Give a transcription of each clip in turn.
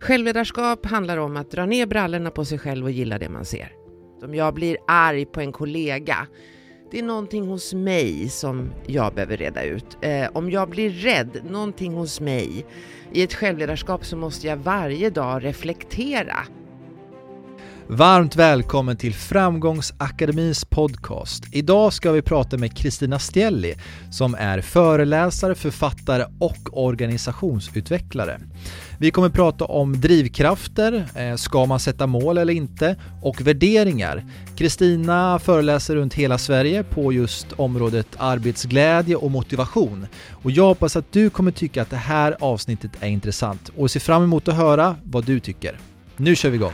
Självledarskap handlar om att dra ner brallorna på sig själv och gilla det man ser. Om jag blir arg på en kollega, det är någonting hos mig som jag behöver reda ut. Om jag blir rädd, någonting hos mig. I ett självledarskap så måste jag varje dag reflektera. Varmt välkommen till Framgångsakademins podcast. Idag ska vi prata med Kristina Stielli som är föreläsare, författare och organisationsutvecklare. Vi kommer prata om drivkrafter, ska man sätta mål eller inte, och värderingar. Kristina föreläser runt hela Sverige på just området arbetsglädje och motivation. Och jag hoppas att du kommer tycka att det här avsnittet är intressant och ser fram emot att höra vad du tycker. Nu kör vi igång.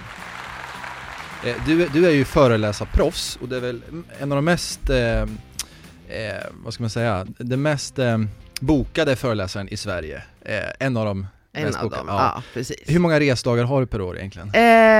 Du är ju föreläsarproffs och det är väl en av de mest, vad ska man säga, den mest bokade föreläsaren i Sverige. En av dem. Ja, precis. Hur många resdagar har du per år egentligen?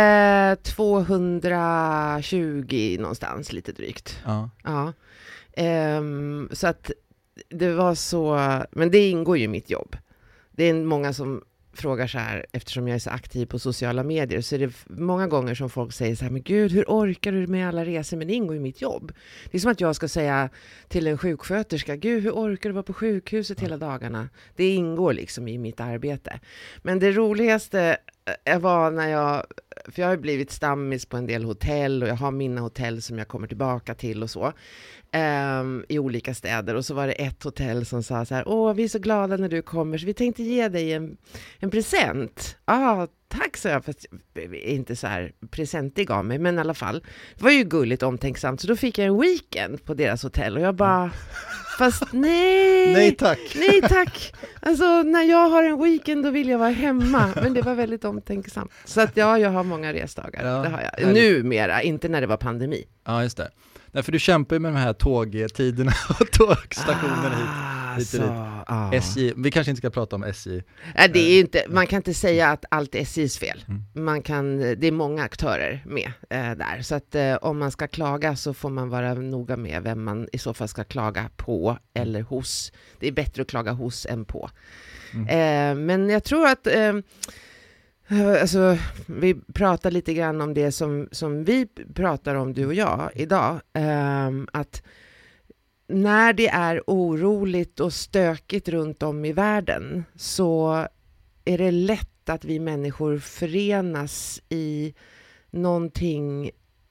220 någonstans, lite drygt. Ja. Så att det var så, men det ingår ju i mitt jobb. Det är många som frågar så här, eftersom jag är så aktiv på sociala medier, så är det många gånger som folk säger så här: men gud, hur orkar du med alla resor? Men det ingår i mitt jobb. Det är som att jag ska säga till en sjuksköterska: gud, hur orkar du vara på sjukhuset hela dagarna? Det ingår liksom i mitt arbete. Men det roligaste var när för jag har blivit stammis på en del hotell och jag har mina hotell som jag kommer tillbaka till och så. I olika städer, och så var det ett hotell som sa så här: vi är så glada när du kommer så vi tänkte ge dig en present. Tack, sa jag, fast inte så här presentig av mig, men i alla fall, det var ju gulligt omtänksamt, så då fick jag en weekend på deras hotell och jag bara fast nej tack, alltså när jag har en weekend då vill jag vara hemma, men det var väldigt omtänksamt, så att jag har många resdagar, det har jag numera, inte när det var pandemi. Ja, just det. Därför du kämpar ju med de här tågtiderna och tågstationerna hit och dit. SJ, vi kanske inte ska prata om SJ. Nej, det är inte, man kan inte säga att allt är SJs fel. Det är många aktörer med där. Så att om man ska klaga så får man vara noga med vem man i så fall ska klaga på eller hos. Det är bättre att klaga hos än på. Men jag tror att alltså, vi pratar lite grann om det som vi pratar om, du och jag, idag. Att när det är oroligt och stökigt runt om i världen så är det lätt att vi människor förenas i någonting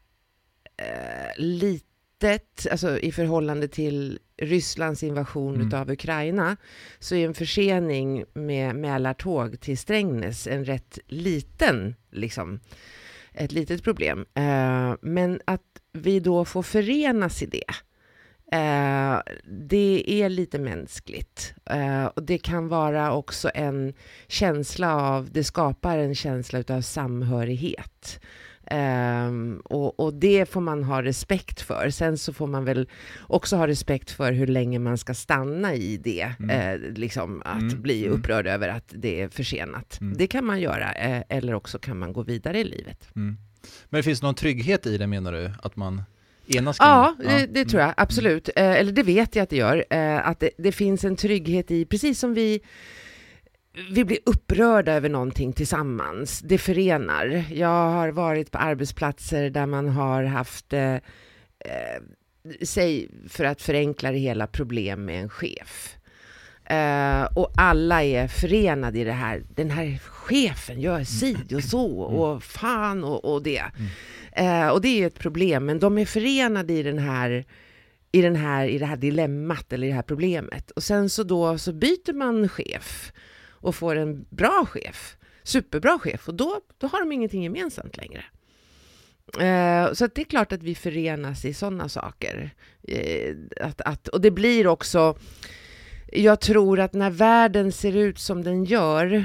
litet, alltså i förhållande till Rysslands invasion utav Ukraina, så är en försening med Mälartåg till Strängnäs en rätt liten, liksom, ett litet problem. Men att vi då får förenas i det, det är lite mänskligt. Och det kan vara också en känsla av, det skapar en känsla utav samhörighet. Och det får man ha respekt för. Sen så får man väl också ha respekt för hur länge man ska stanna i det, liksom att bli upprörd över att det är försenat. Det kan man göra, eller också kan man gå vidare i livet. Men det finns någon trygghet i det, menar du? Att man enas kring? Ja, det tror jag, absolut. Eller det vet jag att det gör. Att det finns en trygghet i, precis som vi blir upprörda över någonting tillsammans. Det förenar. Jag har varit på arbetsplatser där man har haft, säg för att förenkla det hela, problem med en chef. Och alla är förenade i det här. Den här chefen gör si och så och fan och det. Och det är ett problem, men de är förenade i det här dilemmat eller i det här problemet. Och sen så byter man chef och får en bra chef, superbra chef, och då har de ingenting gemensamt längre. Så att det är klart att vi förenas i sådana saker. Och det blir också, jag tror att när världen ser ut som den gör,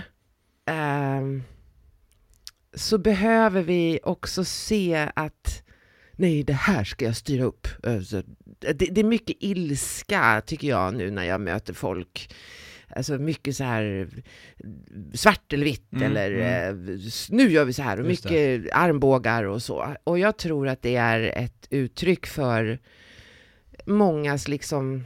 så behöver vi också se att nej, det här ska jag styra upp. Det är mycket ilska, tycker jag, nu när jag möter folk. Alltså mycket så här svart eller vitt eller nu gör vi så här, och mycket armbågar och så. Och jag tror att det är ett uttryck för mångas liksom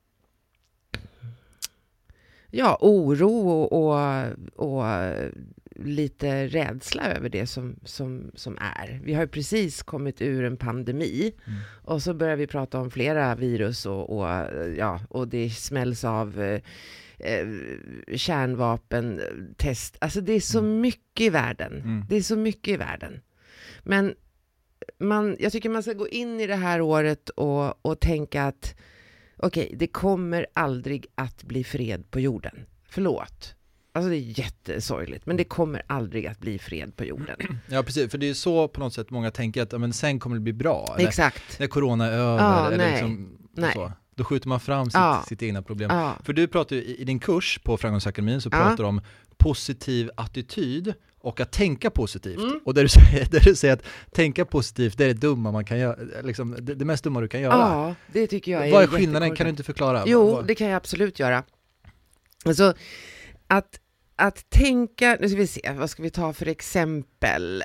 oro och lite rädsla över det som är. Vi har ju precis kommit ur en pandemi och så börjar vi prata om flera virus och det smälls av kärnvapentest. Alltså det är så mycket i världen. Det är så mycket i världen. Men jag tycker man ska gå in i det här året och tänka att okej, det kommer aldrig att bli fred på jorden. Förlåt. Alltså det är jättesorgligt, men det kommer aldrig att bli fred på jorden. Ja, precis. För det är så på något sätt många tänker att men sen kommer det bli bra. Eller, exakt. när corona är över. Eller liksom, så. Då skjuter man fram sitt egna problem. För du pratar ju i din kurs på Framgångsakademin så pratar du om positiv attityd och att tänka positivt. Och där du säger att tänka positivt, det är det dumma man kan göra, liksom, det mest dumma du kan göra. Ja, det tycker jag är Vad är skillnaden? Kan du inte förklara? Jo, det kan jag absolut göra. Alltså, att tänka, nu ska vi se, vad ska vi ta för exempel?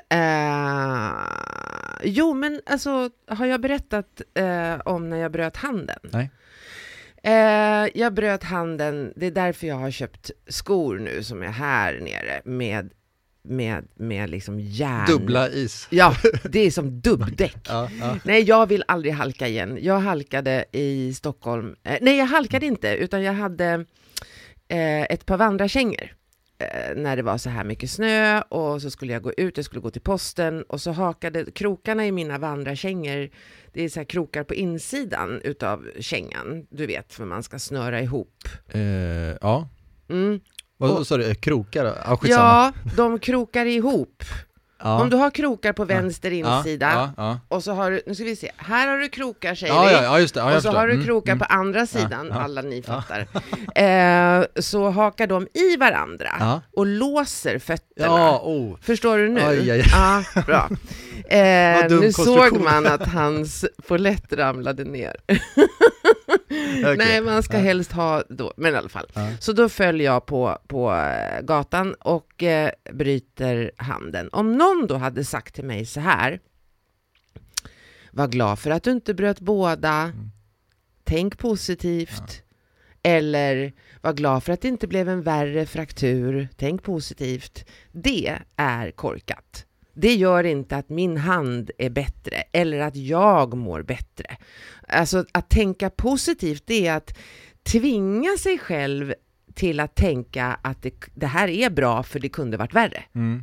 Jo, men alltså, har jag berättat om när jag bröt handen? Nej. Jag bröt handen, det är därför jag har köpt skor nu som är här nere med liksom järn. Dubbla is. Ja, det är som dubbdäck. Ja. Nej, jag vill aldrig halka igen. Jag halkade i Stockholm. Nej, jag halkade inte, utan jag hade ett par vandrarkängor när det var så här mycket snö och så skulle jag gå ut, jag skulle gå till posten och så hakade krokarna i mina vandrarkängor, det är så här krokar på insidan utav kängan, du vet, för man ska snöra ihop. Ja. Vad sa du? Krokar? Ja, de krokar ihop. Ja. Om du har krokar på vänster insida och så har du, nu ska vi se, här har du krokar säger vi. Ja, just det. Ja, och så har du krokar på andra sidan, alla ni fattar. Så hakar de i varandra och låser fötterna. Förstår du nu? Ja, bra. Nu såg man att hans polett ramlade ner. Okay. Nej, man ska helst ha då, men i alla fall. Så då följer jag på gatan och bryter handen. Om någon då hade sagt till mig så här: var glad för att du inte bröt båda. Tänk positivt. Eller var glad för att det inte blev en värre fraktur. Tänk positivt. Det är korkat. Det gör inte att min hand är bättre eller att jag mår bättre. Alltså att tänka positivt, det är att tvinga sig själv till att tänka att det här är bra för det kunde varit värre.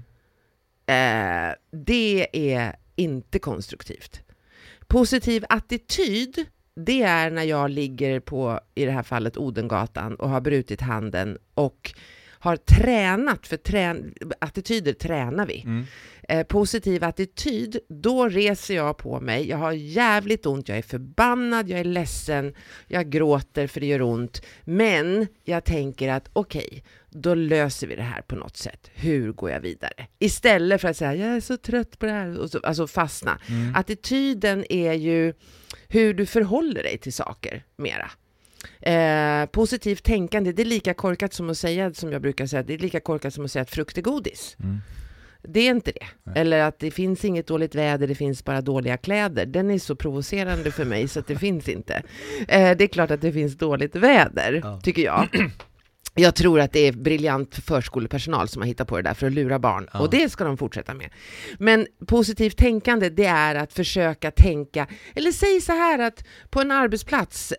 Det är inte konstruktivt. Positiv attityd, det är när jag ligger på, i det här fallet Odengatan, och har brutit handen och har tränat, för attityder tränar vi. Positiv attityd, då reser jag på mig. Jag har jävligt ont, jag är förbannad, jag är ledsen, jag gråter för det gör ont. Men jag tänker att okej, då löser vi det här på något sätt. Hur går jag vidare? Istället för att säga, jag är så trött på det här. Och så, alltså fastna. Attityden är ju hur du förhåller dig till saker mera. Positivt tänkande, det är lika korkat som att säga, som jag brukar säga, det är lika korkat som att säga att frukt är godis. Det är inte det. Nej. Eller att det finns inget dåligt väder, det finns bara dåliga kläder. Den är så provocerande för mig så att det finns inte. Det är klart att det finns dåligt väder, tycker jag. Jag tror att det är briljant förskolepersonal som har hittat på det där för att lura barn. Och det ska de fortsätta med. Men positivt tänkande, det är att försöka tänka, eller säg så här att på en arbetsplats,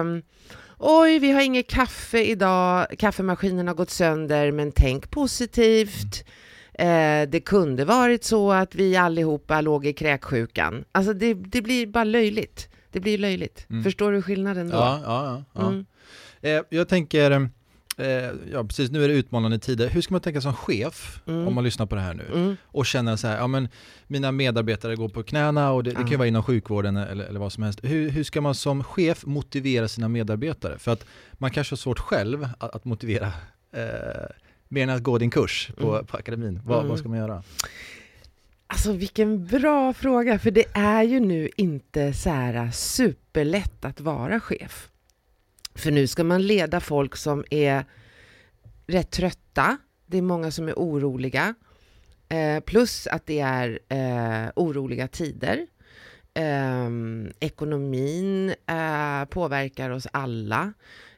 oj, vi har inget kaffe idag, kaffemaskinen har gått sönder, men tänk positivt. Det kunde varit så att vi allihopa låg i kräksjukan. Alltså det blir bara löjligt. Det blir löjligt. Förstår du skillnaden då? Ja. Jag tänker, precis, nu är det utmanande tider. Hur ska man tänka som chef om man lyssnar på det här nu och känner så här, ja men mina medarbetare går på knäna och det kan ju vara inom sjukvården eller vad som helst. Hur ska man som chef motivera sina medarbetare? För att man kanske har svårt själv att motivera mer än att gå din kurs på akademin. Vad ska man göra? Alltså vilken bra fråga, för det är ju nu inte så här superlätt att vara chef. För nu ska man leda folk som är rätt trötta. Det är många som är oroliga. Plus att det är oroliga tider. Ekonomin påverkar oss alla.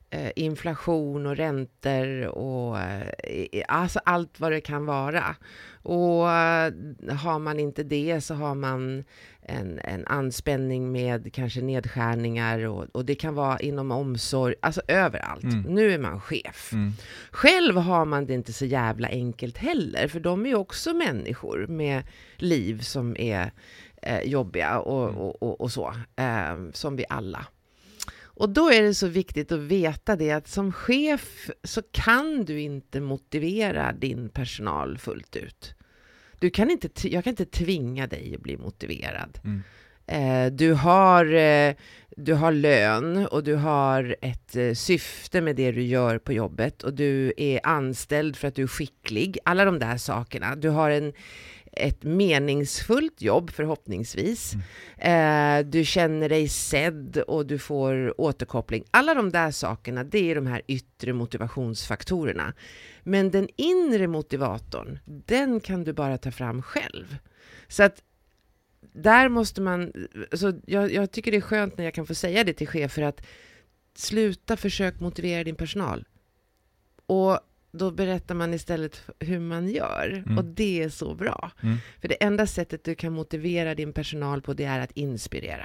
inflation och räntor och alltså allt vad det kan vara. Och har man inte det så har man en anspänning med kanske nedskärningar och det kan vara inom omsorg, alltså överallt. Nu är man chef. Själv har man det inte så jävla enkelt heller, för de är också människor med liv som är jobbiga och så, som vi alla. Och då är det så viktigt att veta det, att som chef så kan du inte motivera din personal fullt ut. Jag kan inte tvinga dig att bli motiverad. Du har lön och du har ett syfte med det du gör på jobbet och du är anställd för att du är skicklig. Alla de där sakerna. Du har ett meningsfullt jobb förhoppningsvis. Du känner dig sedd och du får återkoppling. Alla de där sakerna, det är de här yttre motivationsfaktorerna. Men den inre motivatorn, den kan du bara ta fram själv. Så att där måste man, alltså jag tycker det är skönt när jag kan få säga det till chefer, att sluta försök motivera din personal. Och då berättar man istället hur man gör. Och det är så bra. För det enda sättet du kan motivera din personal på, det är att inspirera.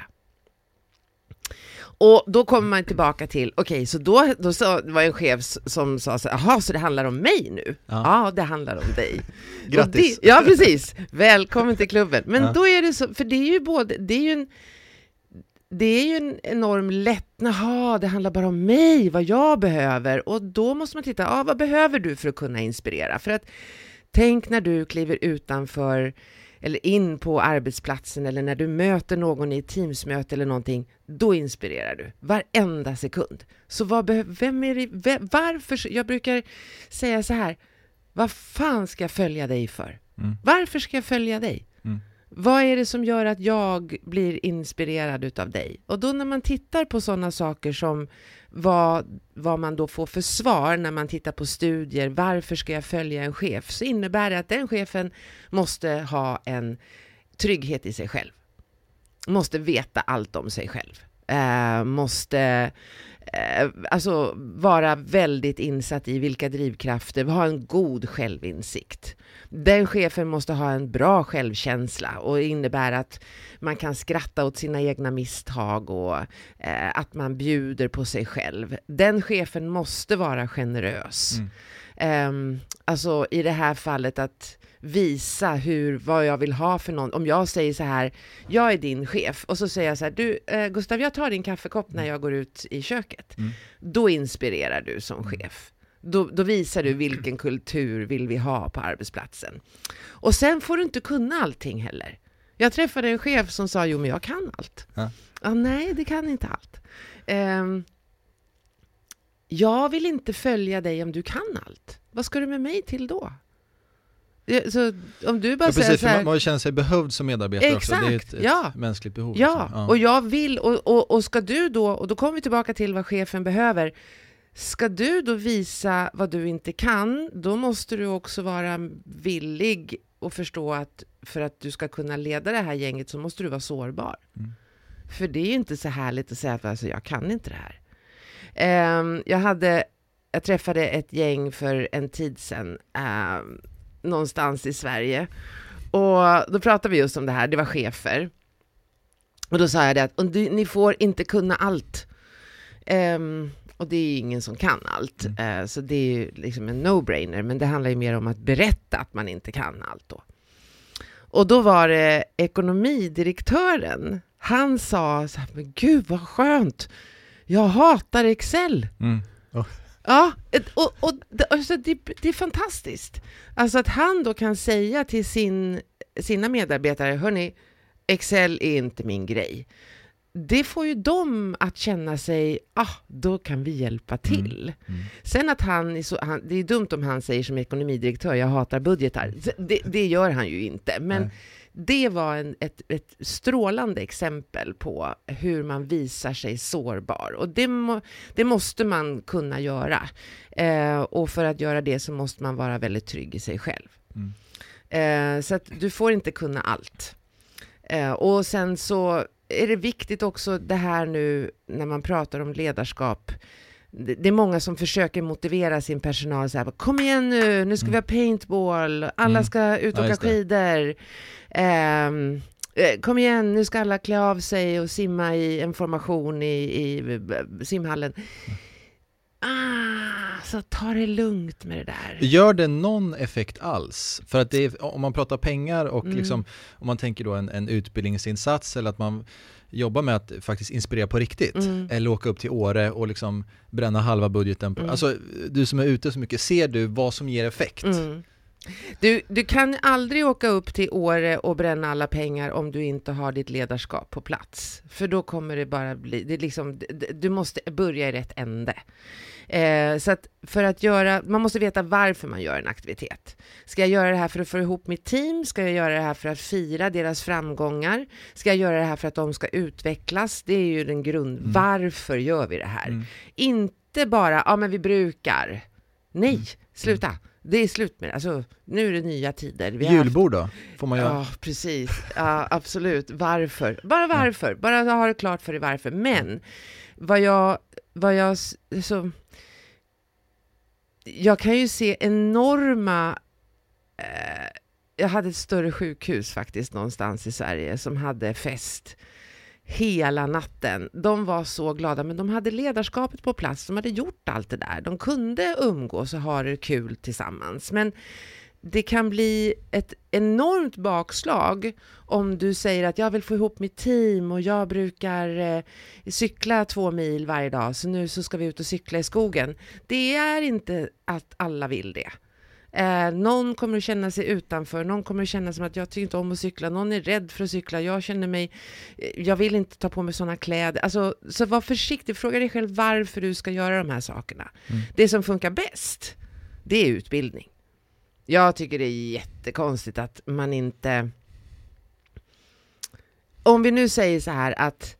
Och då kommer man tillbaka till, okej, så då var en chef som sa så, jaha, så det handlar om mig nu? Ja, det handlar om dig. Grattis! Ja, precis. Välkommen till klubben. Men då är det så, för det är ju det är ju en enorm lättnad. Det handlar bara om mig, vad jag behöver. Och då måste man titta, vad behöver du för att kunna inspirera? För att tänk när du kliver utanför eller in på arbetsplatsen, eller när du möter någon i ett teamsmöte eller någonting, då inspirerar du varenda sekund. Så varför, jag brukar säga så här, vad fan ska jag följa dig för? Varför ska jag följa dig? Vad är det som gör att jag blir inspirerad utav dig? Och då när man tittar på sådana saker som vad man då får för svar när man tittar på studier, varför ska jag följa en chef? Så innebär det att den chefen måste ha en trygghet i sig själv. Måste veta allt om sig själv. Måste alltså vara väldigt insatt i vilka drivkrafter, ha en god självinsikt. Den chefen måste ha en bra självkänsla och innebär att man kan skratta åt sina egna misstag och att man bjuder på sig själv. Den chefen måste vara generös. Alltså i det här fallet att visa vad jag vill ha för någon. Om jag säger så här, jag är din chef, och så säger jag så här, du Gustav, jag tar din kaffekopp när jag går ut i köket. Då inspirerar du som chef. Då visar du vilken kultur vill vi ha på arbetsplatsen. Och sen får du inte kunna allting heller. Jag träffade en chef som sa, men jag kan allt. Nej, det kan inte allt. Jag vill inte följa dig om du kan allt. Vad ska du med mig till då? Så om du bara säger så här, man känner sig behövd som medarbetare. Exakt, också. Det är ett mänskligt behov. Ja, och jag vill, och ska du då, och då kommer vi tillbaka till vad chefen behöver. Ska du då visa vad du inte kan, då måste du också vara villig och förstå att för att du ska kunna leda det här gänget så måste du vara sårbar. För det är ju inte så härligt att säga att alltså, jag kan inte det här. Jag träffade ett gäng för en tid sedan någonstans i Sverige, och då pratade vi just om det här, det var chefer, och då sa jag det att ni får inte kunna allt, och det är ingen som kan allt, så det är ju liksom en no-brainer, men det handlar ju mer om att berätta att man inte kan allt då. Och då var det ekonomidirektören, han sa så här, men gud vad skönt, jag hatar Excel. Ja, alltså det är fantastiskt. Alltså att han då kan säga till sina medarbetare, hörni, Excel är inte min grej. Det får ju dem att känna sig, då kan vi hjälpa till. Sen att det är dumt om han säger som ekonomidirektör, jag hatar budgetar. Det gör han ju inte, men det var ett strålande exempel på hur man visar sig sårbar. Och det måste man kunna göra. Och för att göra det så måste man vara väldigt trygg i sig själv. Så att du får inte kunna allt. Och sen så är det viktigt också det här nu när man pratar om ledarskap. det är många som försöker motivera sin personal så här, kom igen nu ska vi ha paintball, alla ska ut och åka skidor. Kom igen, nu ska alla klä av sig och simma i en formation i simhallen. Så ta det lugnt med det där. Gör det någon effekt alls? För att det är, om man pratar pengar och liksom, om man tänker då en utbildningsinsats eller att man jobbar med att faktiskt inspirera på riktigt eller åka upp till Åre och liksom bränna halva budgeten. Alltså, du som är ute så mycket, ser du vad som ger effekt? Du kan aldrig åka upp till Åre och bränna alla pengar om du inte har ditt ledarskap på plats. För då kommer det bara bli... Det liksom, du måste börja i rätt ände. Så att för att man måste veta varför man gör en aktivitet. Ska jag göra det här för att få ihop mitt team? Ska jag göra det här för att fira deras framgångar? Ska jag göra det här för att de ska utvecklas? Det är ju den grund. Varför gör vi det här? Inte bara, men vi brukar. Nej, sluta. Det är slut med det. Alltså, nu är det nya tider. Julbord då? Får man göra? Ja, precis. Ja, absolut. Varför? Bara varför. Bara ha det klart för dig varför. Men jag kan ju se enorma... jag hade ett större sjukhus faktiskt någonstans i Sverige som hade fest hela natten. De var så glada, men de hade ledarskapet på plats. De hade gjort allt det där. De kunde umgås och ha det kul tillsammans. Men det kan bli ett enormt bakslag om du säger att jag vill få ihop mitt team och jag brukar cykla 2 mil varje dag, så nu så ska vi ut och cykla i skogen. Det är inte att alla vill det. Någon kommer att känna sig utanför, någon kommer att känna som att jag tycker inte om att cykla, någon är rädd för att cykla, jag vill inte ta på mig sådana kläder. Alltså, så var försiktig, fråga dig själv varför du ska göra de här sakerna. Det som funkar bäst, det är utbildning. Jag tycker det är jättekonstigt att man inte... Om vi nu säger så här att...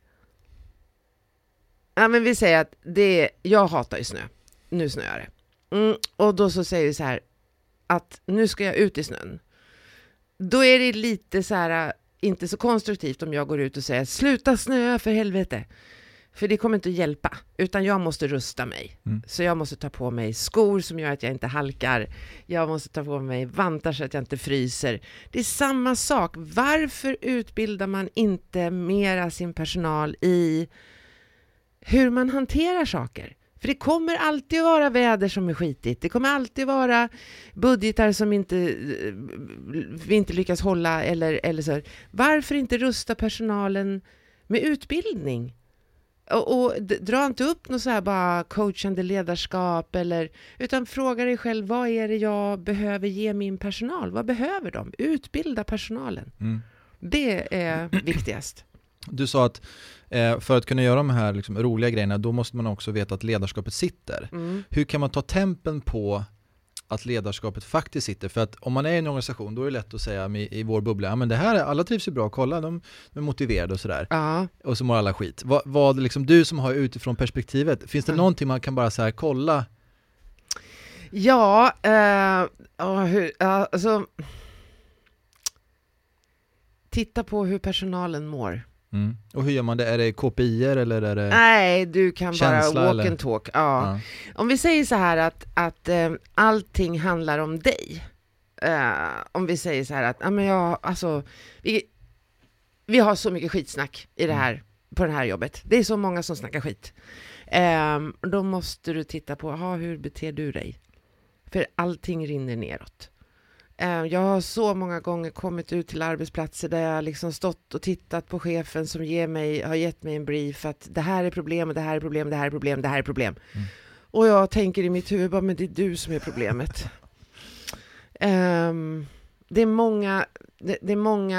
Ja, men vi säger att jag hatar ju snö. Nu snöar det. Och då så säger vi så här att nu ska jag ut i snön. Då är det lite så här inte så konstruktivt om jag går ut och säger sluta snöa för helvete. För det kommer inte att hjälpa, utan jag måste rusta mig. Så jag måste ta på mig skor som gör att jag inte halkar. Jag måste ta på mig vantar så att jag inte fryser. Det är samma sak. Varför utbildar man inte mera sin personal i hur man hanterar saker? För det kommer alltid att vara väder som är skitigt. Det kommer alltid vara budgetar som vi inte lyckas hålla. Eller så. Varför inte rusta personalen med utbildning? Och dra inte upp något så här bara coachande ledarskap utan fråga dig själv, vad är det jag behöver ge min personal? Vad behöver de? Utbilda personalen. Det är viktigast. Du sa att för att kunna göra de här liksom roliga grejerna, då måste man också veta att ledarskapet sitter. Hur kan man ta tempen på att ledarskapet faktiskt sitter? För att om man är i en organisation, då är det lätt att säga i vår bubbla, ja men det här, alla trivs ju bra, kolla, de är motiverade och sådär. Och så mår alla skit. Vad liksom du som har utifrån perspektivet, finns det någonting man kan bara så här kolla? Ja, alltså titta på hur personalen mår. Och hur gör man det? Är det KPI:er eller är det... Nej, du kan känsla, bara walk and talk. Ja. Om vi säger så här att allting handlar om dig. Om vi säger så här att vi har så mycket skitsnack i det här, på det här jobbet. Det är så många som snackar skit. Då måste du titta på hur beter du dig? För allting rinner neråt. Jag har så många gånger kommit ut till arbetsplatser där jag liksom stått och tittat på chefen som har gett mig en brief att det här är problem och det här är problem, det här är problem, det här är problem. Och jag tänker i mitt huvud bara, men det är du som är problemet. Det är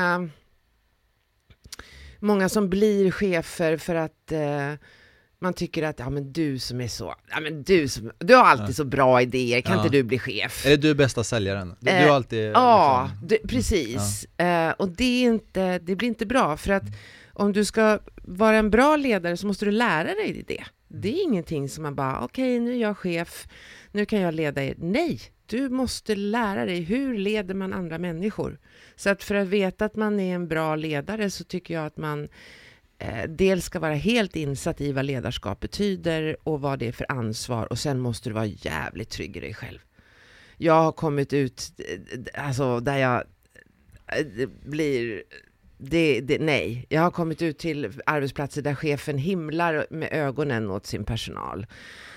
många som blir chefer för att man tycker att du som är så, du har alltid så bra idéer, kan inte du bli chef? Är det du bästa säljaren? Du har alltid precis. Och det blir inte bra, för att om du ska vara en bra ledare så måste du lära dig det. Det är ingenting som man bara, okej, nu är jag chef, nu kan jag leda er. Nej, du måste lära dig hur leder man andra människor. Så att för att veta att man är en bra ledare så tycker jag att man dels ska vara helt insatt i vad ledarskap betyder och vad det är för ansvar, och sen måste du vara jävligt trygg i dig själv. Jag har kommit ut alltså där jag blir nej. Jag har kommit ut till arbetsplatser där chefen himlar med ögonen åt sin personal.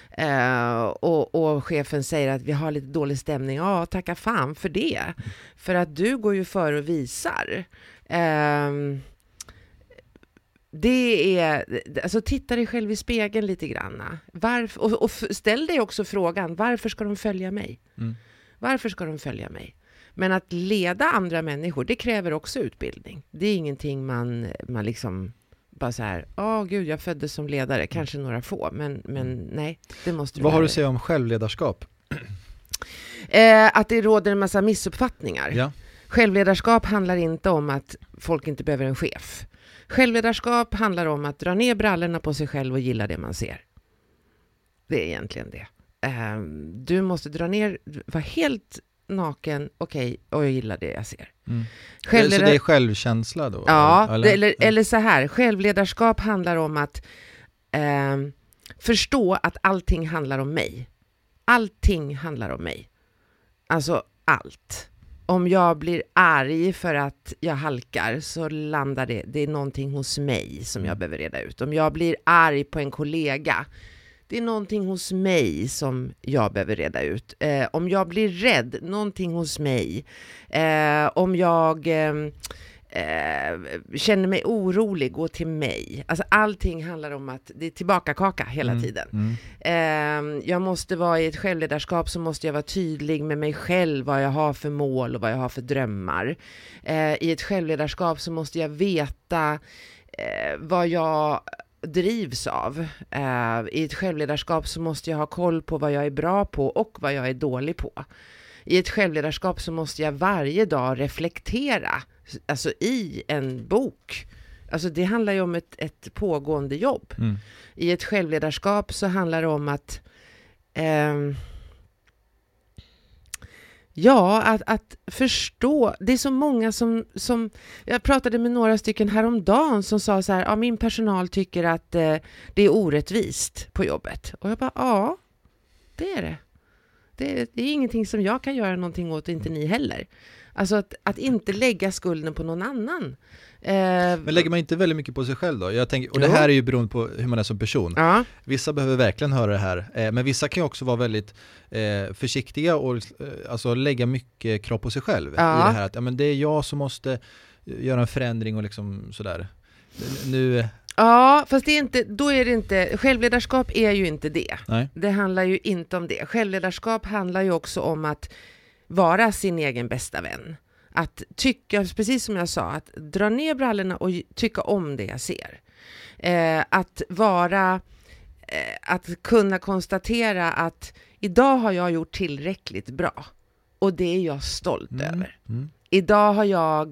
Och chefen säger att vi har lite dålig stämning. Ja, tacka fan för det. För att du går ju för och visar. Det är, alltså titta dig själv i spegeln lite grann. Och ställ dig också frågan, varför ska de följa mig? Varför ska de följa mig? Men att leda andra människor, det kräver också utbildning. Det är ingenting man liksom bara så här, gud, jag föddes som ledare. Kanske några få, men nej, det måste du. Vad har du att säga om självledarskap? Att det råder en massa missuppfattningar. Ja. Självledarskap handlar inte om att folk inte behöver en chef. Självledarskap handlar om att dra ner brallorna på sig själv och gilla det man ser. Det är egentligen det. Du måste dra ner, vara helt naken, okej, och jag gillar det jag ser. Så det är självkänsla då? Ja, eller så här. Självledarskap handlar om att förstå att allting handlar om mig. Allting handlar om mig. Alltså allt. Om jag blir arg för att jag halkar, så landar det är någonting hos mig som jag behöver reda ut. Om jag blir arg på en kollega, det är någonting hos mig som jag behöver reda ut. Om jag blir rädd, någonting hos mig. Om jag känner mig orolig, gå till mig. Alltså allting handlar om att det är tillbaka kaka hela tiden. Jag måste vara i ett självledarskap, så måste jag vara tydlig med mig själv, vad jag har för mål och vad jag har för drömmar. I ett självledarskap så måste jag veta vad jag drivs av. I ett självledarskap så måste jag ha koll på vad jag är bra på och vad jag är dålig på. I ett självledarskap så måste jag varje dag reflektera, alltså i en bok. Alltså det handlar ju om ett pågående jobb. I ett självledarskap så handlar det om att att förstå. Det är så många som jag pratade med några stycken häromdagen som sa så här, min personal tycker att det är orättvist på jobbet. Och jag bara, det är det. Det är ingenting som jag kan göra någonting åt, inte ni heller. Alltså att inte lägga skulden på någon annan. Men lägger man inte väldigt mycket på sig själv då? Jag tänker, och det här är ju beroende på hur man är som person. Ja. Vissa behöver verkligen höra det här. Men vissa kan ju också vara väldigt försiktiga och alltså lägga mycket krav på sig själv. I det här att men det är jag som måste göra en förändring och liksom sådär. Nu... Ja, fast då är det inte, självledarskap är ju inte det. Nej. Det handlar ju inte om det. Självledarskap handlar ju också om att vara sin egen bästa vän. Att tycka, precis som jag sa, att dra ner brallorna och tycka om det jag ser. Att kunna konstatera att idag har jag gjort tillräckligt bra. Och det är jag stolt över. Idag har jag...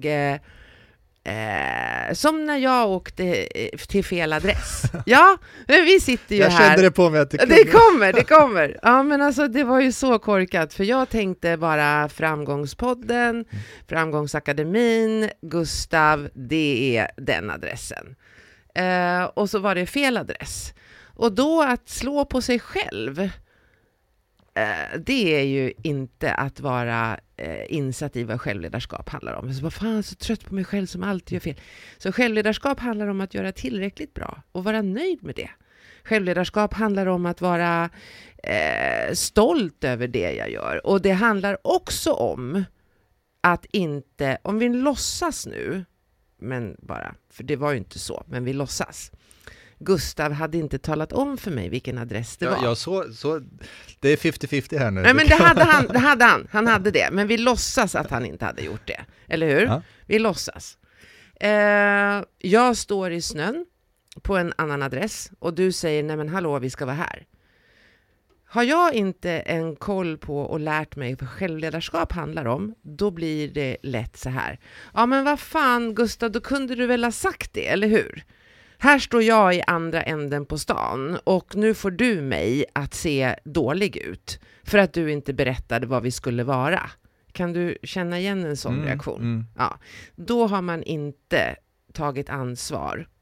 som när jag åkte till fel adress. Ja, men vi sitter ju här. Jag kände det på mig att det kommer. Ja, men alltså det var ju så korkat. För jag tänkte bara Framgångspodden, Framgångsakademin, Gustav, det är den adressen. Och så var det fel adress. Och då att slå på sig själv, det är ju inte att vara insatt i vad självledarskap handlar om. Så fan, så trött på mig själv som alltid gör fel. Så självledarskap handlar om att göra tillräckligt bra och vara nöjd med det. Självledarskap handlar om att vara stolt över det jag gör. Och det handlar också om att inte, om vi låtsas nu, men bara, för det var ju inte så, men vi låtsas. Gustav hade inte talat om för mig vilken adress det var. Ja, så det är 50-50 här nu. Nej, men det hade han. Han hade det. Men vi låtsas att han inte hade gjort det. Eller hur? Ja. Vi låtsas. Jag står i snön på en annan adress och du säger, nej men hallå, vi ska vara här. Har jag inte en koll på och lärt mig vad självledarskap handlar om, då blir det lätt så här. Ja, men vad fan Gustav, då kunde du väl ha sagt det, eller hur? Här står jag i andra änden på stan och nu får du mig att se dålig ut för att du inte berättade vad vi skulle vara. Kan du känna igen en sån reaktion? Ja. Då har man inte tagit ansvar.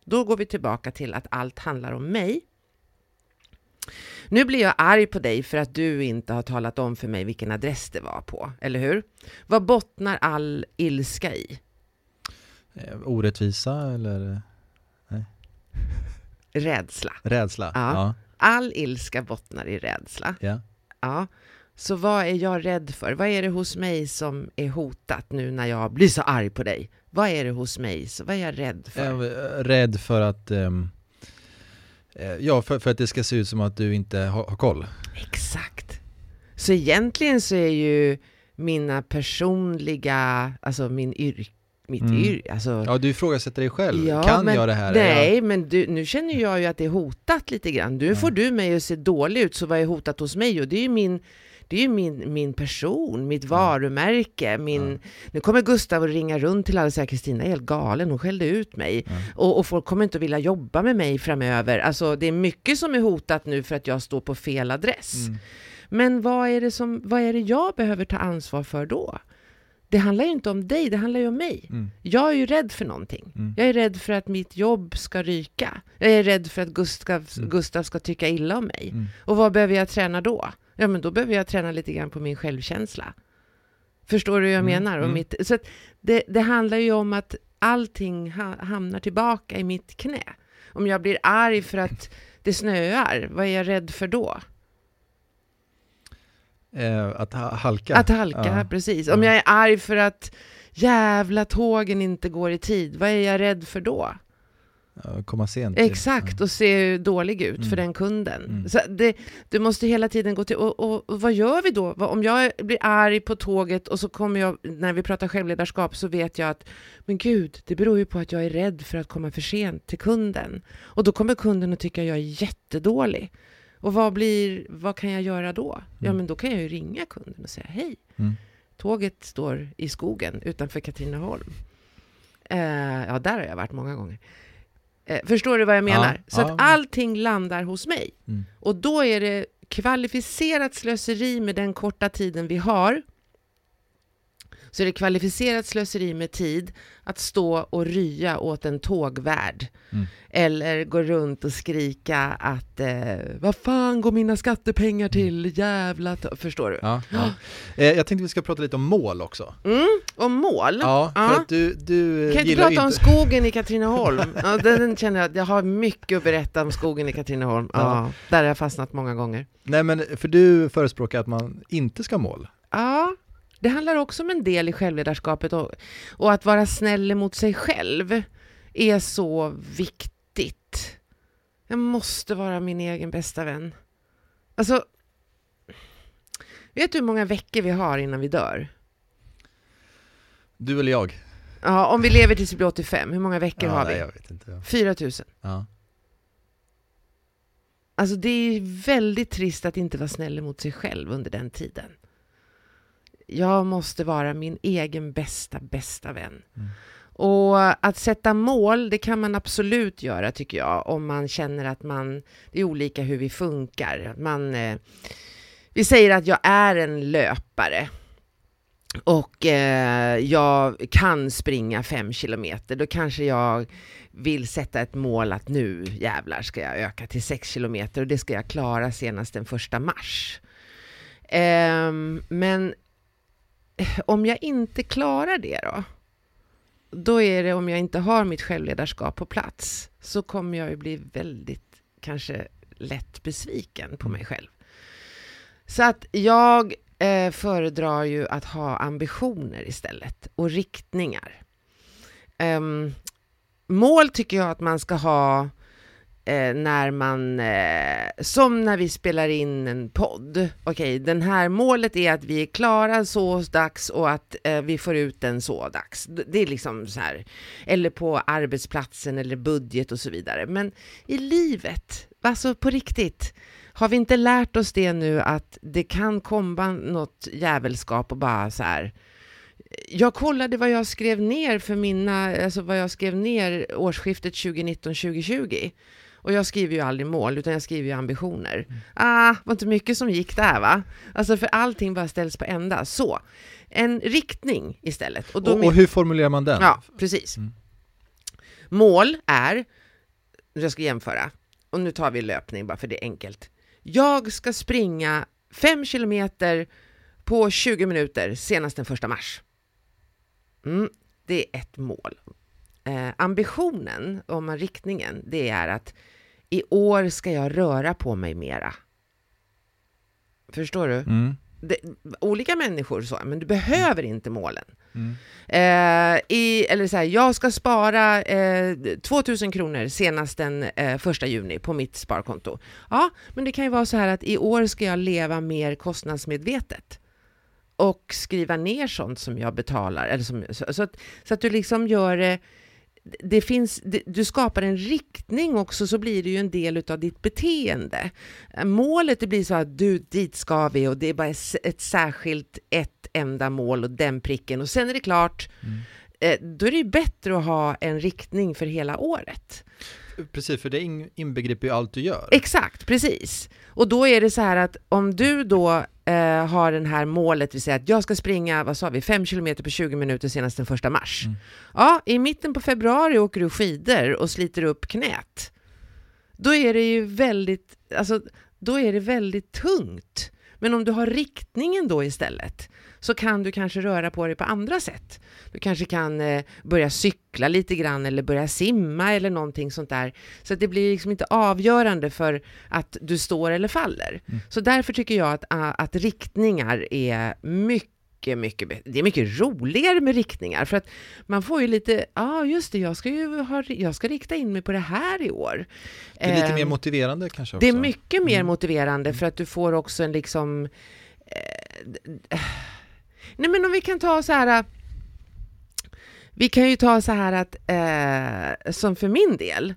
Då går vi tillbaka till att allt handlar om mig. Nu blir jag arg på dig för att du inte har talat om för mig vilken adress det var på, eller hur? Vad bottnar all ilska i? Orättvisa eller? Nej. Rädsla. Rädsla, ja. All ilska bottnar i rädsla. Ja. Ja. Så vad är jag rädd för? Vad är det hos mig som är hotat nu när jag blir så arg på dig? Vad är det hos mig? Så vad är jag rädd för? Jag är rädd för att för att det ska se ut som att du inte har koll. Exakt. Så egentligen så är ju mina personliga, alltså mitt yrke, alltså... Ja, du ifrågasätter dig själv. Ja, kan jag det här? Nej, men nu känner jag ju att det är hotat lite grann. Nu får du mig att se dålig ut, så vad är hotat hos mig? Och det är ju min person, mitt varumärke. Nu kommer Gustav att ringa runt till alla och säga Kristina är helt galen, hon skällde ut mig. Och folk kommer inte att vilja jobba med mig framöver. Alltså det är mycket som är hotat nu för att jag står på fel adress. Men vad är det jag behöver ta ansvar för då? Det handlar ju inte om dig, det handlar ju om mig. Jag är ju rädd för någonting. Jag är rädd för att mitt jobb ska ryka. Jag är rädd för att Gustav ska tycka illa om mig. Och vad behöver jag träna då? Ja, men då behöver jag träna lite grann på min självkänsla. Förstår du vad jag menar? Och så att det handlar ju om att allting hamnar tillbaka i mitt knä. Om jag blir arg för att det snöar, vad är jag rädd för då? Att halka. Att halka, precis. Om jag är arg för att jävla tågen inte går i tid, vad är jag rädd för då? Komma sent. Exakt, och se dålig ut för den kunden. Så du måste hela tiden gå till... Och vad gör vi då? Om jag blir arg på tåget och så kommer jag... När vi pratar självledarskap så vet jag att men gud, det beror ju på att jag är rädd för att komma för sent till kunden. Och då kommer kunden att tycka att jag är jättedålig. Och vad kan jag göra då? Ja, men då kan jag ju ringa kunden och säga hej. Tåget står i skogen utanför Katrineholm. Ja, där har jag varit många gånger. Förstår du vad jag menar? Så att allting landar hos mig. Och då är det kvalificerat slöseri med den korta tiden vi har. Så är det kvalificerat slöseri med tid att stå och rya åt en tågvärd. Eller gå runt och skrika att vad fan går mina skattepengar till? Jävla... Förstår du? Ja. Jag tänkte vi ska prata lite om mål också. Om mål? Ja, för att du kan inte prata om skogen i Katrineholm? Ja, den känner jag att jag har mycket att berätta om skogen i Katrineholm. Ja, där har jag fastnat många gånger. Nej, men för du förespråkar att man inte ska mål. Ja. Det handlar också om en del i självledarskapet och att vara snäll mot sig själv är så viktigt. Jag måste vara min egen bästa vän. Alltså, vet du hur många veckor vi har innan vi dör? Du eller jag? Ja, om vi lever tills vi blir 85, hur många veckor har vi? Nej, jag vet inte. 4 000. Ja. Alltså det är väldigt trist att inte vara snäll mot sig själv under den tiden. Jag måste vara min egen bästa vän. Och att sätta mål, det kan man absolut göra tycker jag. Om man känner att det är olika hur vi funkar. Vi säger att jag är en löpare. Och jag kan springa 5 kilometer. Då kanske jag vill sätta ett mål att nu jävlar ska jag öka till 6 kilometer. Och det ska jag klara senast den 1 mars. Men om jag inte klarar det då är det, om jag inte har mitt självledarskap på plats, så kommer jag ju bli väldigt kanske lätt besviken på mig själv. Så att jag föredrar ju att ha ambitioner istället och riktningar. Mål tycker jag att man ska ha när man som när vi spelar in en podd. Okej, den här målet är att vi är klara så dags och att vi får ut den så dags. Det är liksom så här, eller på arbetsplatsen eller budget och så vidare. Men i livet, alltså på riktigt, har vi inte lärt oss det nu att det kan komma något jävelskap och bara så här. Jag kollade vad jag skrev ner vad jag skrev ner årsskiftet 2019-2020. Och jag skriver ju aldrig mål, utan jag skriver ju ambitioner. Var inte mycket som gick där, va? Alltså för allting bara ställs på ända. Så, en riktning istället. Och hur formulerar man den? Ja, precis. Mål är jag ska jämföra. Och nu tar vi löpning bara för det är enkelt. Jag ska springa 5 kilometer på 20 minuter senast den 1 mars. Det är ett mål. Ambitionen, om riktningen, det är att i år ska jag röra på mig mera. Förstår du? Olika människor så, men du behöver inte målen. Eller så här, jag ska spara 2000 kronor senast den 1 juni på mitt sparkonto. Ja, men det kan ju vara så här att i år ska jag leva mer kostnadsmedvetet och skriva ner sånt som jag betalar, eller så att du liksom gör du skapar en riktning också, så blir det ju en del av ditt beteende. Målet, det blir så att dit ska vi, och det är bara ett särskilt ett enda mål och den pricken, och sen är det klart. Då är det ju bättre att ha en riktning för hela året. Precis, för det inbegriper ju allt du gör. Exakt, precis. Och då är det så här att om du då har den här målet, vi säger att jag ska springa, 5 kilometer på 20 minuter senast den 1 mars. Ja, i mitten på februari åker du skidor och sliter upp knät. Då är det ju väldigt tungt. Men om du har riktningen då istället, så kan du kanske röra på dig på andra sätt. Du kanske kan börja cykla lite grann eller börja simma eller någonting sånt där. Så att det blir liksom inte avgörande för att du står eller faller. Så därför tycker jag att riktningar är det är mycket roligare med riktningar, för att man får ju lite, just det, jag ska rikta in mig på det här i år. Det är lite mer motiverande kanske också. Det är mycket mer motiverande, för att du får också en liksom nej, men om vi kan ta så här, vi kan ju ta så här att som för min del,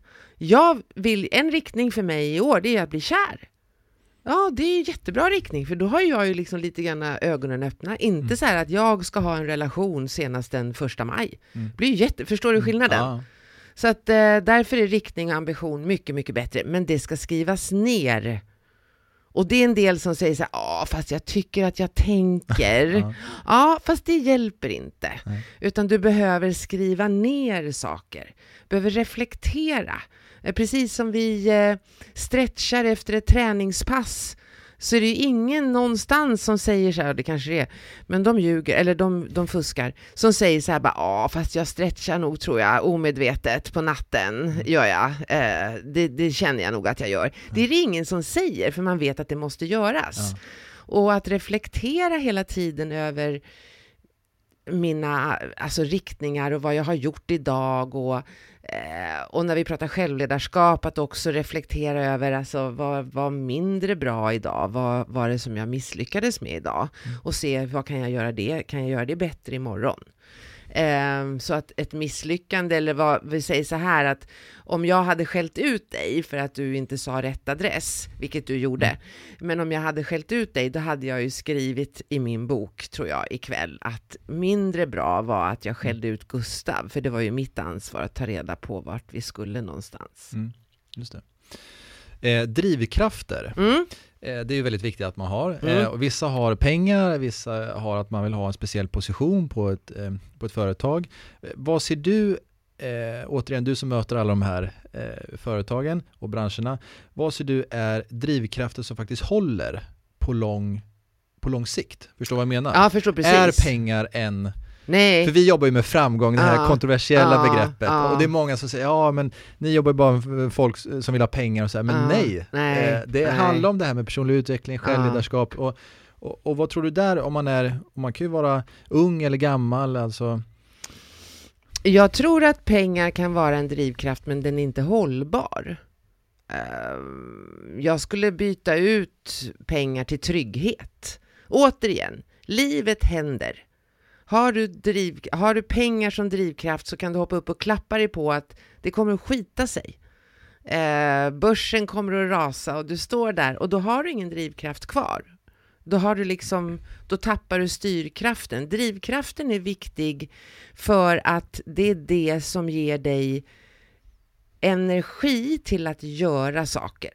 en riktning för mig i år, det är att bli kär. Ja, det är en jättebra riktning, för då har jag ju liksom lite grann ögonen öppna. Inte så här att jag ska ha en relation senast den 1 maj. Det blir ju förstår du skillnaden? Så att därför är riktning och ambition mycket, mycket bättre. Men det ska skrivas ner. Och det är en del som säger så här, fast jag tycker att jag tänker. Fast det hjälper inte. Nej. Utan du behöver skriva ner saker. Behöver reflektera. Precis som vi stretchar efter ett träningspass, så är det ju ingen någonstans som säger så här, det kanske det är, men de ljuger, eller de fuskar, som säger så här, fast jag stretchar nog, tror jag, omedvetet på natten, gör jag. Det känner jag nog att jag gör. Det är det ingen som säger, för man vet att det måste göras. Och att reflektera hela tiden över mina riktningar och vad jag har gjort idag, och när vi pratar självledarskap, att också reflektera över vad var mindre bra idag, vad var det som jag misslyckades med idag, och se vad kan jag göra det bättre imorgon. Så att ett misslyckande, eller vad vi säger så här, att om jag hade skällt ut dig för att du inte sa rätt adress, vilket du gjorde, men om jag hade skällt ut dig, då hade jag ju skrivit i min bok, tror jag, ikväll, att mindre bra var att jag skällde ut Gustav, för det var ju mitt ansvar att ta reda på vart vi skulle någonstans. Just det. Drivkrafter. Det är ju väldigt viktigt att man har. Och vissa har pengar, vissa har att man vill ha en speciell position på ett företag. Vad ser du, återigen du som möter alla de här företagen och branscherna, vad ser du är drivkrafter som faktiskt håller på lång sikt? Förstår vad jag menar? Ja, förstår precis. Är pengar en... Nej. För vi jobbar ju med framgång, det här kontroversiella begreppet. Och det är många som säger, men ni jobbar bara med folk som vill ha pengar och så här. Men nej. Det handlar om det här med personlig utveckling, självledarskap. Och vad tror du där, om man kan ju vara ung eller gammal, alltså? Jag tror att pengar kan vara en drivkraft, men den är inte hållbar. Jag skulle byta ut pengar till trygghet. Återigen, livet händer. Har du pengar som drivkraft, så kan du hoppa upp och klappa dig på att det kommer att skita sig. Börsen kommer att rasa och du står där, och då har du ingen drivkraft kvar. Då tappar du styrkraften. Drivkraften är viktig för att det är det som ger dig energi till att göra saker.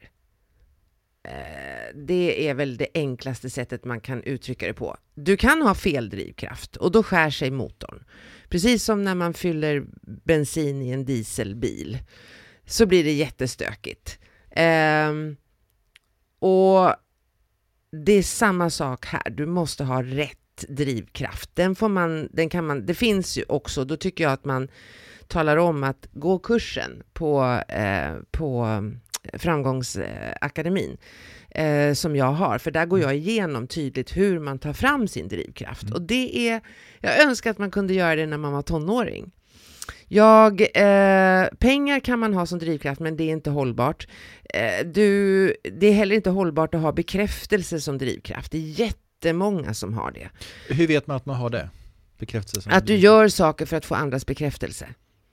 Det är väl det enklaste sättet man kan uttrycka det på. Du kan ha fel drivkraft, och då skär sig motorn. Precis som när man fyller bensin i en dieselbil. så blir det jättestökigt. Och det är samma sak här. Du måste ha rätt drivkraft. Det finns ju också, då tycker jag att man talar om att gå kursen på Framgångsakademin som jag har. För där går jag igenom tydligt hur man tar fram sin drivkraft. Och jag önskar att man kunde göra det när man var tonåring. Pengar kan man ha som drivkraft, men det är inte hållbart. Det är heller inte hållbart att ha bekräftelse som drivkraft. Det är jättemånga som har det. Hur vet man att man har det? Bekräftelse som att du gör saker för att få andras bekräftelse.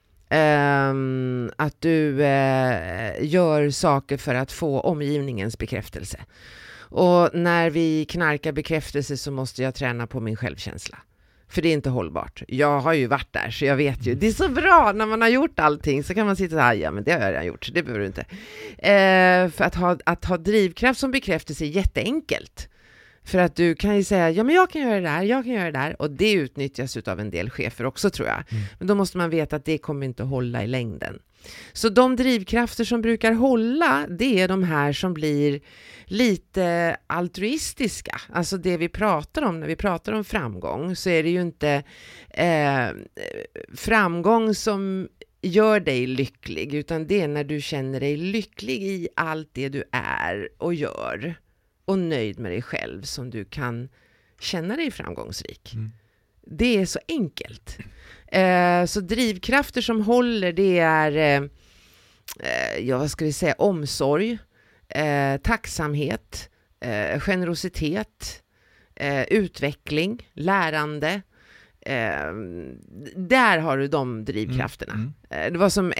Att du gör saker för att få omgivningens bekräftelse. Och när vi knarkar bekräftelse så måste jag träna på min självkänsla. För det är inte hållbart. Jag har ju varit där så jag vet ju. Det är så bra när man har gjort allting så kan man sitta så här, ja men det har jag redan gjort så det behöver du inte. För att ha drivkraft som bekräftelse är jätteenkelt. För att du kan ju säga, ja men jag kan göra det där. Och det utnyttjas av en del chefer också tror jag. Men då måste man veta att det kommer inte hålla i längden. Så de drivkrafter som brukar hålla, det är de här som blir lite altruistiska. Alltså det vi pratar om när vi pratar om framgång så är det ju inte framgång som gör dig lycklig utan det är när du känner dig lycklig i allt det du är och gör och nöjd med dig själv som du kan känna dig framgångsrik. Det är så enkelt. Så drivkrafter som håller det är vad ska vi säga, omsorg, tacksamhet, generositet, utveckling, lärande. Där har du de drivkrafterna. Det var som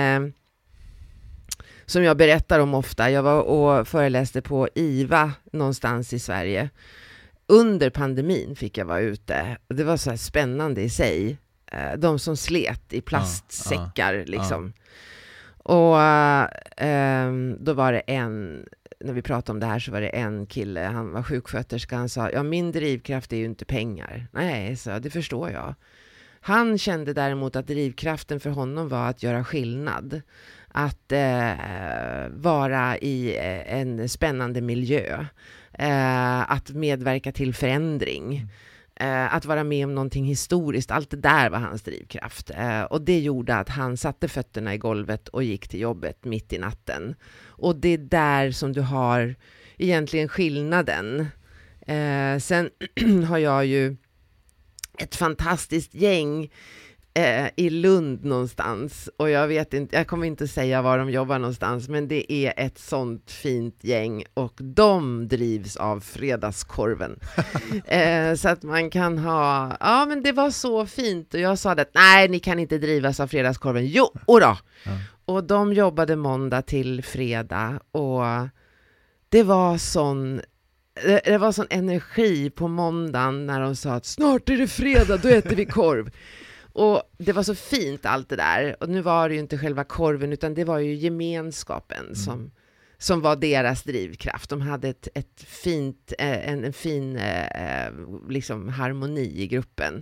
som jag berättar om ofta. Jag var och föreläste på IVA någonstans i Sverige. Under pandemin fick jag vara ute. Det var så här spännande i sig. De som slet i plastsäckar liksom. Och då var det när vi pratade om det här så var det en kille, han var sjuksköterska, han sa, ja min drivkraft är ju inte pengar. Nej, så det förstår jag. Han kände däremot att drivkraften för honom var att göra skillnad. Att vara i en spännande miljö. Att medverka till förändring. Att vara med om någonting historiskt. Allt det där var hans drivkraft. Och det gjorde att han satte fötterna i golvet och gick till jobbet mitt i natten. Och det är där som du har egentligen skillnaden. Sen har jag ju ett fantastiskt gäng i Lund någonstans. Och jag kommer inte säga var de jobbar någonstans. Men det är ett sånt fint gäng. Och de drivs av fredagskorven. Så att man kan ha... Ja, men det var så fint. Och jag sa att nej, ni kan inte drivas av fredagskorven. Jo, då. Ja. Och de jobbade måndag till fredag. Och det var sån energi på måndagen när de sa att snart är det fredag, då äter vi korv. Och det var så fint allt det där. Och nu var det ju inte själva korven utan det var ju gemenskapen som var deras drivkraft. De hade en fin liksom harmoni i gruppen.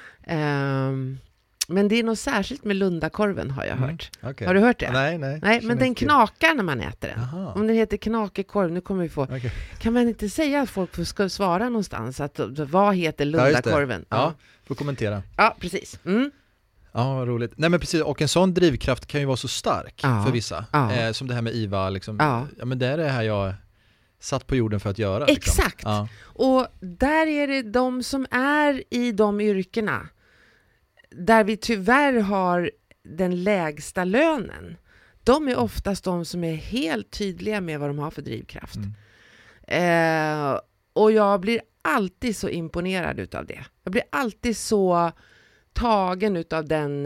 Men det är något särskilt med Lundakorven har jag hört. Okay. Har du hört det? Nej, men den knakar när man äter den. Aha. Om den heter knakekorv, nu kommer vi få... Okay. Kan man inte säga att folk ska svara någonstans? Att, vad heter Lundakorven? Ja, får kommentera. Ja, precis. Ja, vad roligt. Nej men precis, och en sån drivkraft kan ju vara så stark för vissa. Som det här med IVA. Liksom. Ja, men det är det här jag satt på jorden för att göra. Exakt. Liksom. Ja. Och där är det de som är i de yrkena där vi tyvärr har den lägsta lönen. De är oftast de som är helt tydliga med vad de har för drivkraft. Och jag blir alltid så imponerad utav det. Jag blir alltid så tagen utav den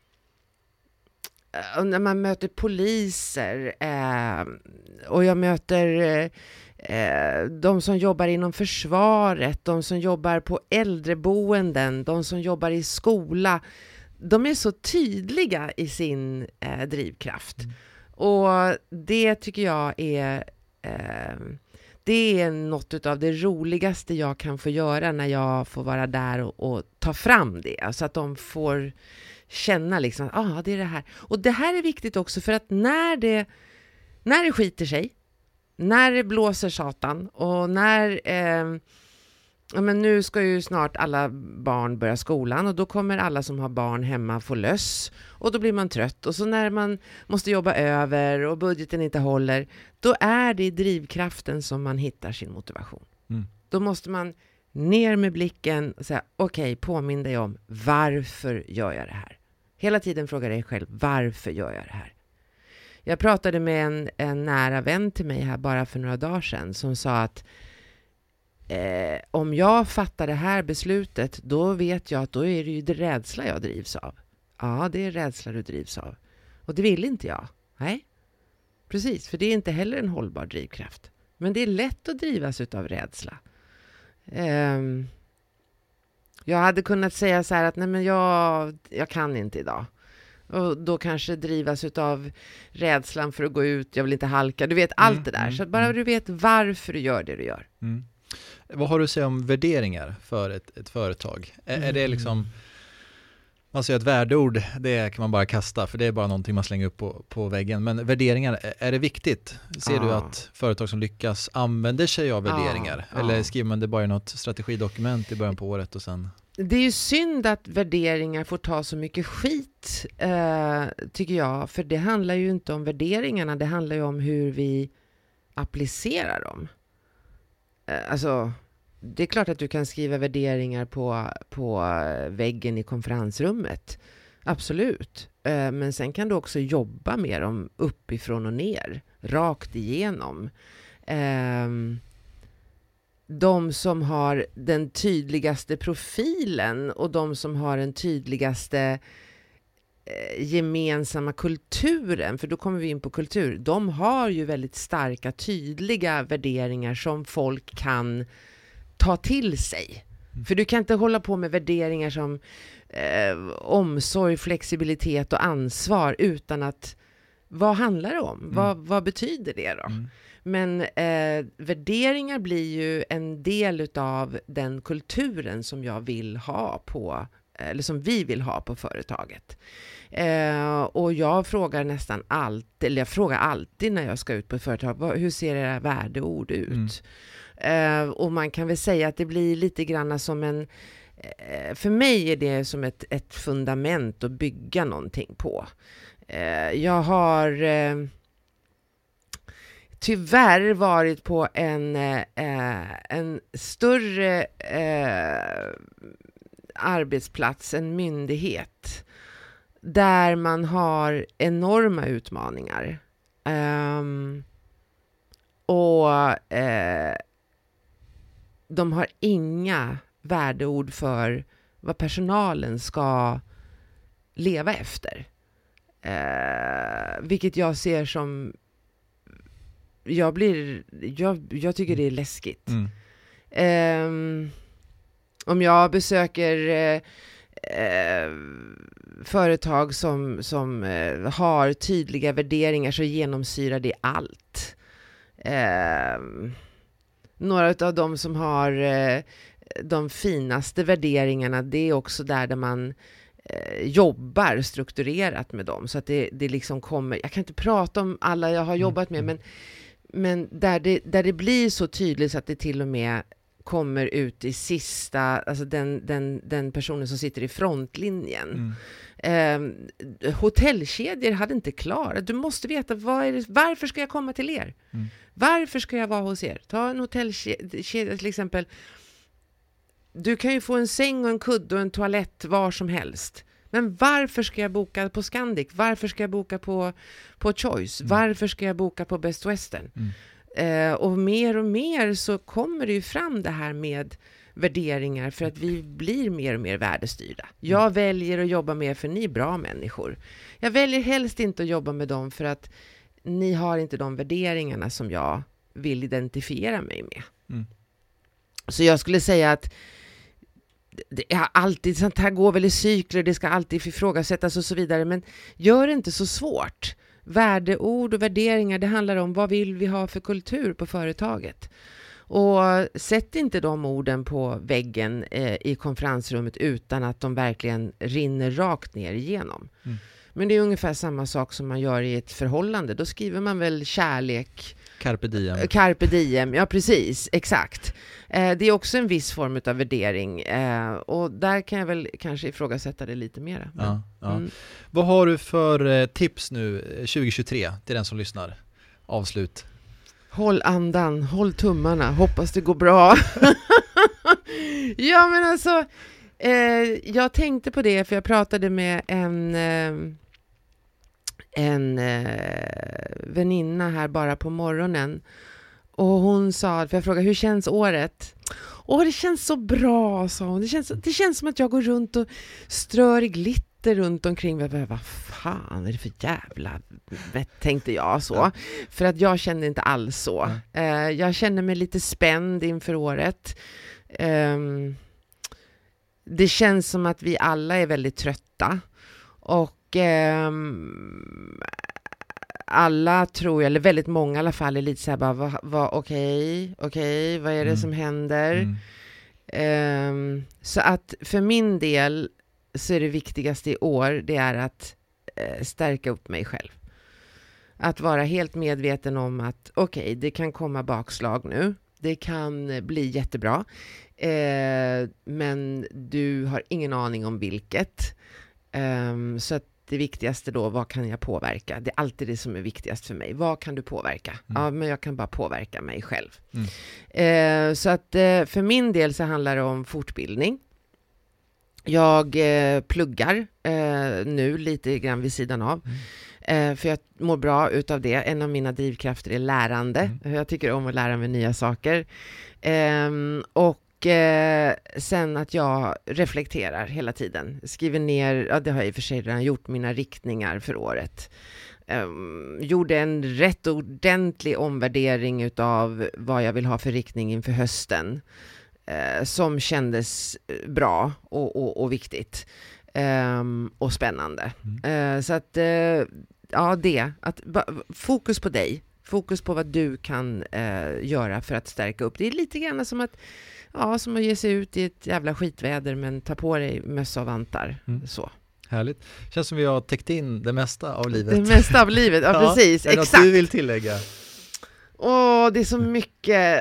när man möter poliser och jag möter de som jobbar inom försvaret, de som jobbar på äldreboenden, de som jobbar i skola. De är så tydliga i sin drivkraft. Och det tycker jag är det är något av det roligaste jag kan få göra när jag får vara där och ta fram det. Så att de får känna liksom att det är det här. Och det här är viktigt också för att när det skiter sig, när det blåser satan och när men nu ska ju snart alla barn börja skolan och då kommer alla som har barn hemma få löss och då blir man trött. Och så när man måste jobba över och budgeten inte håller, då är det i drivkraften som man hittar sin motivation. Då måste man ner med blicken och säga okej, påminn dig om varför gör jag det här? Hela tiden fråga dig själv, varför gör jag det här? Jag pratade med en nära vän till mig här bara för några dagar sedan som sa att om jag fattar det här beslutet, då vet jag att då är det ju rädsla jag drivs av. Ja, det är rädsla du drivs av. Och det vill inte jag. Nej, precis. För det är inte heller en hållbar drivkraft. Men det är lätt att drivas utav rädsla. Jag hade kunnat säga så här att nej men jag kan inte idag. Och då kanske drivas utav rädslan för att gå ut. Jag vill inte halka. Du vet allt det där. Så att bara du vet varför du gör det du gör. Vad har du att säga om värderingar för ett företag? Är det liksom, man säger att värdeord, det kan man bara kasta för det är bara någonting man slänger upp på väggen. Men värderingar, är det viktigt? Ser du att företag som lyckas använder sig av värderingar? Eller skriver man det bara i något strategidokument i början på året och sen? Det är ju synd att värderingar får ta så mycket skit, tycker jag. För det handlar ju inte om värderingarna, det handlar ju om hur vi applicerar dem. Alltså, det är klart att du kan skriva värderingar på väggen i konferensrummet. Absolut. Men sen kan du också jobba med dem uppifrån och ner. Rakt igenom. De som har den tydligaste profilen och de som har den tydligaste gemensamma kulturen, för då kommer vi in på kultur, de har ju väldigt starka, tydliga värderingar som folk kan ta till sig. För du kan inte hålla på med värderingar som omsorg, flexibilitet och ansvar utan att, vad handlar det om? Vad betyder det då? Men värderingar blir ju en del utav den kulturen som jag vill ha på, eller som vi vill ha på företaget. Och jag frågar nästan alltid, eller jag frågar alltid när jag ska ut på ett företag, hur ser era värdeord ut? Och man kan väl säga att det blir lite grann som en, för mig är det som ett fundament att bygga någonting på. Jag har tyvärr varit på en större arbetsplats, en myndighet där man har enorma utmaningar. Och de har inga värdeord för vad personalen ska leva efter. Vilket jag ser som, jag tycker det är läskigt. Om jag besöker företag som har tydliga värderingar så genomsyrar det allt. Några av dem som har de finaste värderingarna, det är också där man jobbar strukturerat med dem. Så att det liksom kommer, jag kan inte prata om alla jag har jobbat med, men där det blir så tydligt så att det till och med kommer ut i sista, alltså den personen som sitter i frontlinjen. Hotellkedjor hade inte klarat. Du måste veta, varför ska jag komma till er? Varför ska jag vara hos er? Ta en hotellkedja till exempel. Du kan ju få en säng och en kudde och en toalett var som helst. Men varför ska jag boka på Scandic? Varför ska jag boka på Choice? Varför ska jag boka på Best Western? Och mer så kommer det ju fram det här med värderingar för att vi blir mer och mer värdestyrda. Jag väljer att jobba med för ni är bra människor. Jag väljer helst inte att jobba med dem för att ni har inte de värderingarna som jag vill identifiera mig med. Så jag skulle säga att det är alltid, sånt här går väl i cykler, det ska alltid ifrågasättas och så vidare, men gör det inte så svårt. Värdeord och värderingar, det handlar om vad vill vi ha för kultur på företaget. Och sätt inte de orden på väggen i konferensrummet utan att de verkligen rinner rakt ner igenom. Men det är ungefär samma sak som man gör i ett förhållande. Då skriver man väl kärlek. Carpe diem. Carpe diem, ja precis, exakt. Det är också en viss form av värdering. Och där kan jag väl kanske ifrågasätta det lite mer. Ja. Vad har du för tips nu 2023 till den som lyssnar? Avslut. Håll andan, håll tummarna, hoppas det går bra. Ja men alltså, jag tänkte på det för jag pratade med en väninna här bara på morgonen. Och hon sa, för jag frågade, hur känns året? Det känns så bra, sa hon. Det känns som att jag går runt och strör i glitter runt omkring. Vad fan är det för jävla tänkte jag så. Ja. För att jag kände inte alls så. Jag känner mig lite spänd inför året. Det känns som att vi alla är väldigt trötta. Och alla tror jag, eller väldigt många i alla fall, är lite så här bara, okej, vad är det som händer? Så att för min del så är det viktigaste i år, det är att stärka upp mig själv. Att vara helt medveten om att det kan komma bakslag nu. Det kan bli jättebra. Men du har ingen aning om vilket. Så att det viktigaste då, vad kan jag påverka? Det är alltid det som är viktigast för mig. Vad kan du påverka? Ja, men jag kan bara påverka mig själv. Så att för min del så handlar det om fortbildning. Jag pluggar nu lite grann vid sidan av. För jag mår bra utav det. En av mina drivkrafter är lärande. Jag tycker om att lära mig nya saker. Och sen att jag reflekterar hela tiden. Skriver ner, det har jag i och för sig redan gjort, mina riktningar för året. Gjorde en rätt ordentlig omvärdering utav vad jag vill ha för riktning inför hösten. Som kändes bra och viktigt. Och spännande. Så att fokus på dig. Fokus på vad du kan göra för att stärka upp. Det är lite grann som att ge sig ut i ett jävla skitväder men ta på dig mössa och vantar. Så. Härligt. Känns som vi har täckt in det mesta av livet. Det mesta av livet, ja precis. Är det exakt. Något du vill tillägga? Det är så mycket.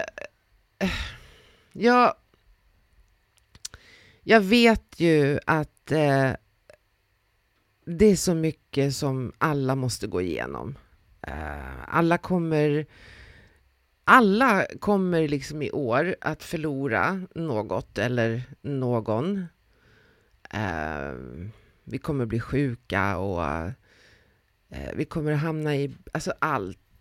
Jag vet ju att det är så mycket som alla måste gå igenom. Alla kommer liksom i år att förlora något eller någon. Vi kommer bli sjuka och vi kommer hamna i allt.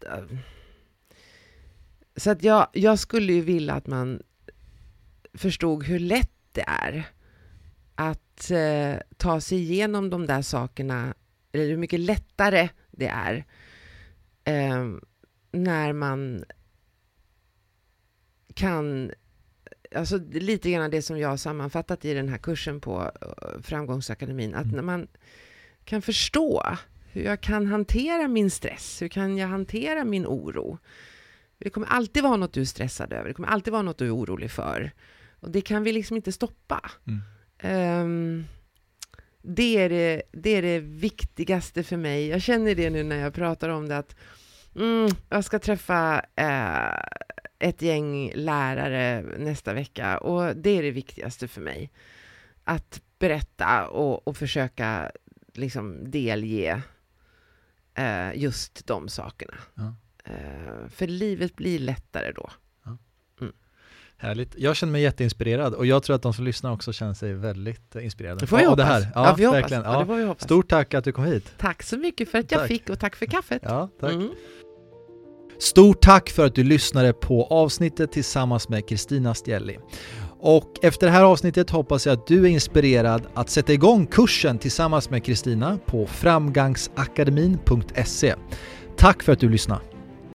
Så att jag skulle ju vilja att man förstod hur lätt det är att ta sig igenom de där sakerna, eller hur mycket lättare det är när man kan, lite grann det som jag har sammanfattat i den här kursen på Framgångsakademin, att när man kan förstå hur jag kan hantera min stress, hur kan jag hantera min oro. Det kommer alltid vara något du är stressad över, det kommer alltid vara något du är orolig för. Och det kan vi liksom inte stoppa. Det är det viktigaste för mig. Jag känner det nu när jag pratar om det, att jag ska träffa ett gäng lärare nästa vecka. Och det är det viktigaste för mig. Att berätta och försöka liksom delge just de sakerna. Ja. För livet blir lättare då. Härligt. Jag känner mig jätteinspirerad och jag tror att de som lyssnar också känner sig väldigt inspirerade. Det får vi hoppas. Det här. Ja, vi hoppas. Verkligen. Ja, det får vi hoppas. Stort tack att du kom hit. Tack så mycket för att jag fick, och tack för kaffet. Ja, tack. Stort tack för att du lyssnade på avsnittet tillsammans med Kristina Stielli. Och efter det här avsnittet hoppas jag att du är inspirerad att sätta igång kursen tillsammans med Kristina på framgangsakademin.se. Tack för att du lyssnade.